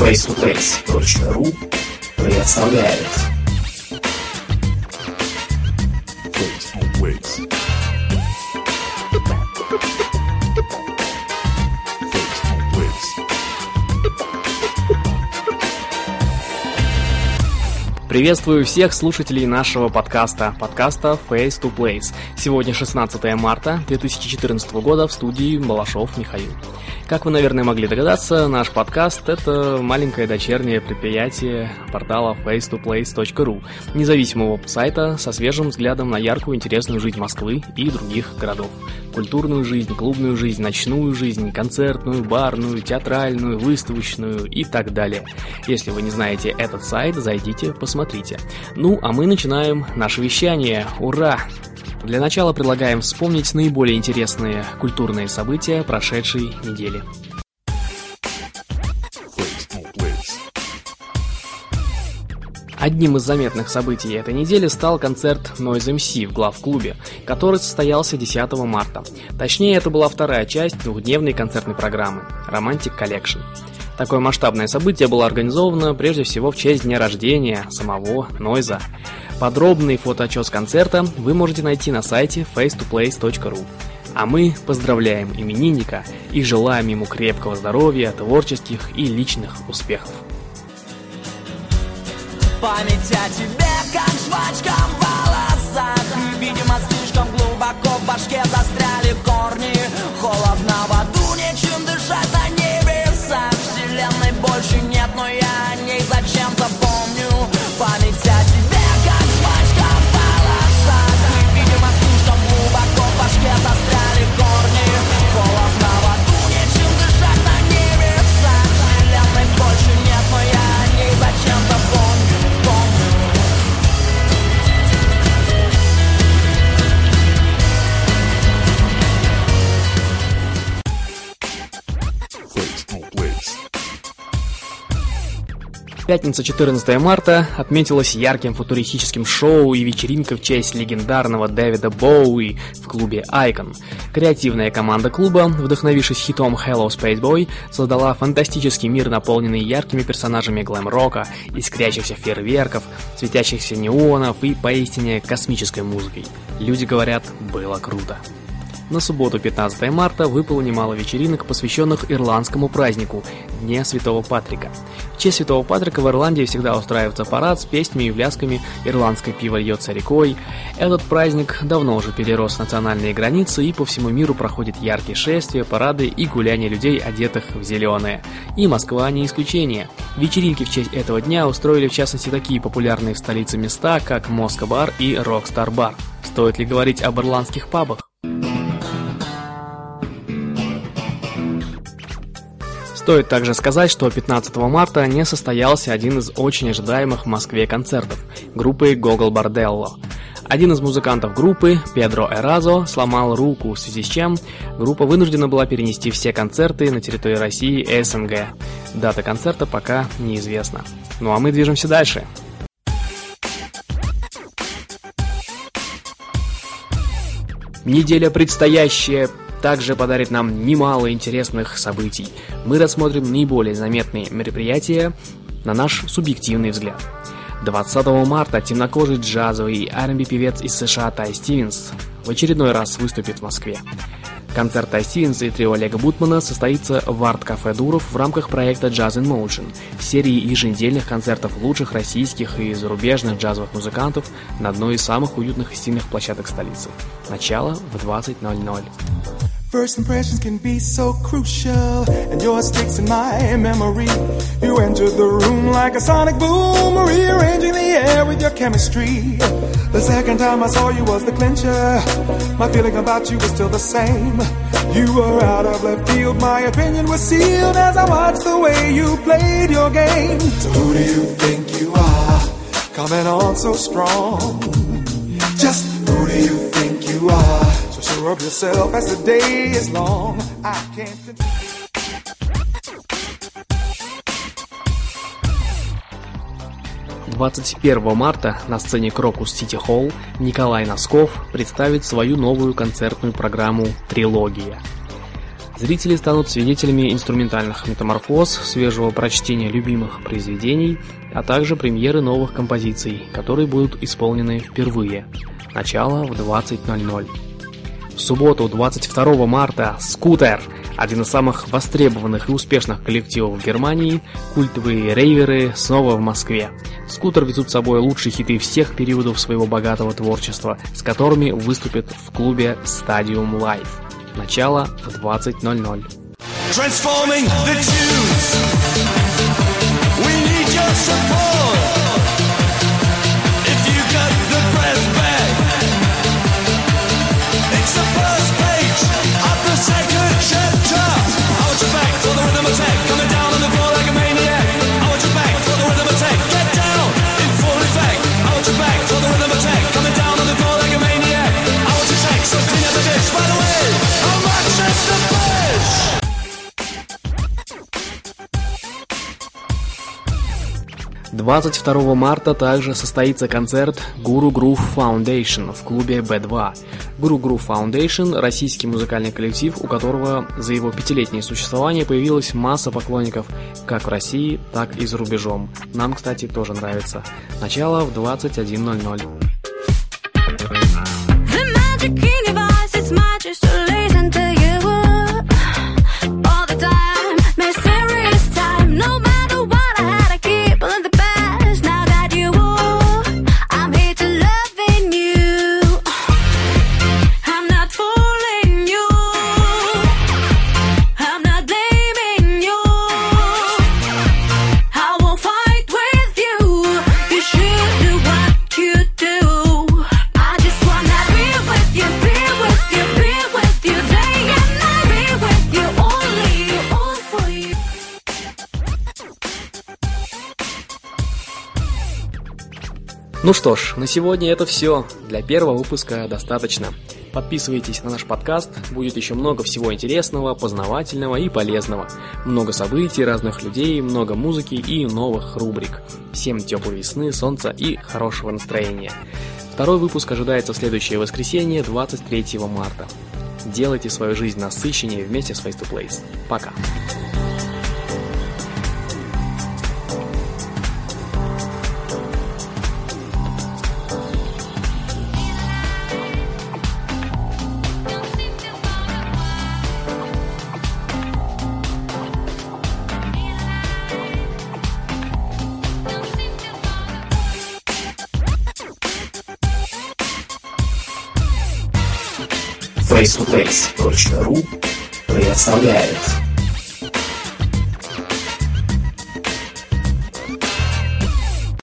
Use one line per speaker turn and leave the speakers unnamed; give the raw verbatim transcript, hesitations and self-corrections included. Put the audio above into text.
фейс ту фейс точка ру представляет
Приветствую всех слушателей нашего подкаста, подкаста Face to Place. Сегодня шестнадцатое марта две тысячи четырнадцатого года, в студии Балашов Михаил. Как вы, наверное, могли догадаться, наш подкаст — это маленькое дочернее предприятие портала фейс ту плейс точка ру, независимого сайта со свежим взглядом на яркую интересную жизнь Москвы и других городов. Культурную жизнь, клубную жизнь, ночную жизнь, концертную, барную, театральную, выставочную и так далее. Если вы не знаете этот сайт, зайдите, посмотрите. Ну, а мы начинаем наше вещание. Ура! Для начала предлагаем вспомнить наиболее интересные культурные события прошедшей недели. Одним из заметных событий этой недели стал концерт Noise эм си в главклубе, который состоялся десятого марта. Точнее, это была вторая часть двухдневной концертной программы Romantic Collection. Такое масштабное событие было организовано прежде всего в честь дня рождения самого Нойза. Подробный фотоотчет концерта вы можете найти на сайте фейс ту плейс точка ру. А мы поздравляем именинника и желаем ему крепкого здоровья, творческих и личных успехов.
Память о тебе, как жвачка в волосах. Видимо, слишком глубоко в башке застряли корни. Холодно в аду, нечем дышать на небесах. Вселенной больше нет, но я о ней зачем-то помню. Память о тебе, как жвачка в волосах. Видимо, слишком глубоко в башке застряли корни. Холодно в аду, нечем дышать на небесах. Вселенной больше нет, но я о ней зачем-то помню.
Пятница, четырнадцатое марта, отметилась ярким футуристическим шоу и вечеринкой в честь легендарного Дэвида Боуи в клубе Icon. Креативная команда клуба, вдохновившись хитом Hello Space Boy, создала фантастический мир, наполненный яркими персонажами глэм-рока, искрящихся фейерверков, светящихся неонов и поистине космической музыкой. Люди говорят, было круто. На субботу, пятнадцатое марта, выпало немало вечеринок, посвященных ирландскому празднику – Дне Святого Патрика. В честь Святого Патрика в Ирландии всегда устраивается парад с песнями и плясками, ирландское пиво льется рекой. Этот праздник давно уже перерос национальные границы, и по всему миру проходят яркие шествия, парады и гуляния людей, одетых в зеленое. И Москва не исключение. Вечеринки в честь этого дня устроили в частности такие популярные в столице места, как Москва-бар и Рокстар-бар. Стоит ли говорить об ирландских пабах? Стоит также сказать, что пятнадцатого марта не состоялся один из очень ожидаемых в Москве концертов группы Gogol Bordello. Один из музыкантов группы, Педро Эразо, сломал руку, в связи с чем группа вынуждена была перенести все концерты на территории России и эс эн гэ. Дата концерта пока неизвестна. Ну а мы движемся дальше. Неделя предстоящая также подарит нам немало интересных событий. Мы рассмотрим наиболее заметные мероприятия на наш субъективный взгляд. двадцатого марта темнокожий джазовый ар энд би-певец из США Тай Стивенс в очередной раз выступит в Москве. Концерт Тай Стивенса и трио Олега Бутмана состоится в арт-кафе Дуров в рамках проекта Jazz in Motion, серии еженедельных концертов лучших российских и зарубежных джазовых музыкантов на одной из самых уютных и стильных площадок столицы. Начало в двадцать ноль ноль.
First impressions can be so crucial, and yours sticks in my memory. You entered the room like a sonic boom, rearranging the air with your chemistry. The second time I saw you was the clincher. My feeling about you was still the same. You were out of left field, my opinion was sealed as I watched the way you played your game. So who do you think you are, coming on so strong? Just who do you think you are? Sure of yourself as the day is long. I can't
двадцать первого марта на сцене Крокус Сити Холл Николай Носков представит свою новую концертную программу «Трилогия». Зрители станут свидетелями инструментальных метаморфоз, свежего прочтения любимых произведений, а также премьеры новых композиций, которые будут исполнены впервые. Начало в двадцать ноль ноль. В субботу, двадцать второго марта, Скутер, один из самых востребованных и успешных коллективов в Германии, культовые рейверы снова в Москве. Скутер везут с собой лучшие хиты всех периодов своего богатого творчества, с которыми выступят в клубе Stadium Live. Начало в двадцать ноль ноль.
Transforming the tunes. We need your support. If you got the breath back, it's the first page of the second chapter. I want you back for the rhythm attack, coming down on the floor like a maniac. I want you back for the rhythm attack, get down in full effect. I want you back for the rhythm attack, coming down on the floor like a maniac. I want you back, so clean up the dish. By the way, how much is the fish?
двадцать второго марта также состоится концерт Guru Groove Foundation в клубе би два. Guru Groove Foundation – российский музыкальный коллектив, у которого за его пятилетнее существование появилась масса поклонников как в России, так и за рубежом. Нам, кстати, тоже нравится. Начало в двадцать один ноль ноль. Ну что ж, на сегодня это все. Для первого выпуска достаточно. Подписывайтесь на наш подкаст, будет еще много всего интересного, познавательного и полезного. Много событий, разных людей, много музыки и новых рубрик. Всем теплой весны, солнца и хорошего настроения. Второй выпуск ожидается в следующее воскресенье, двадцать третьего марта. Делайте свою жизнь насыщеннее вместе с Face to Place. Пока.
фейс ту фейс точка ру представляет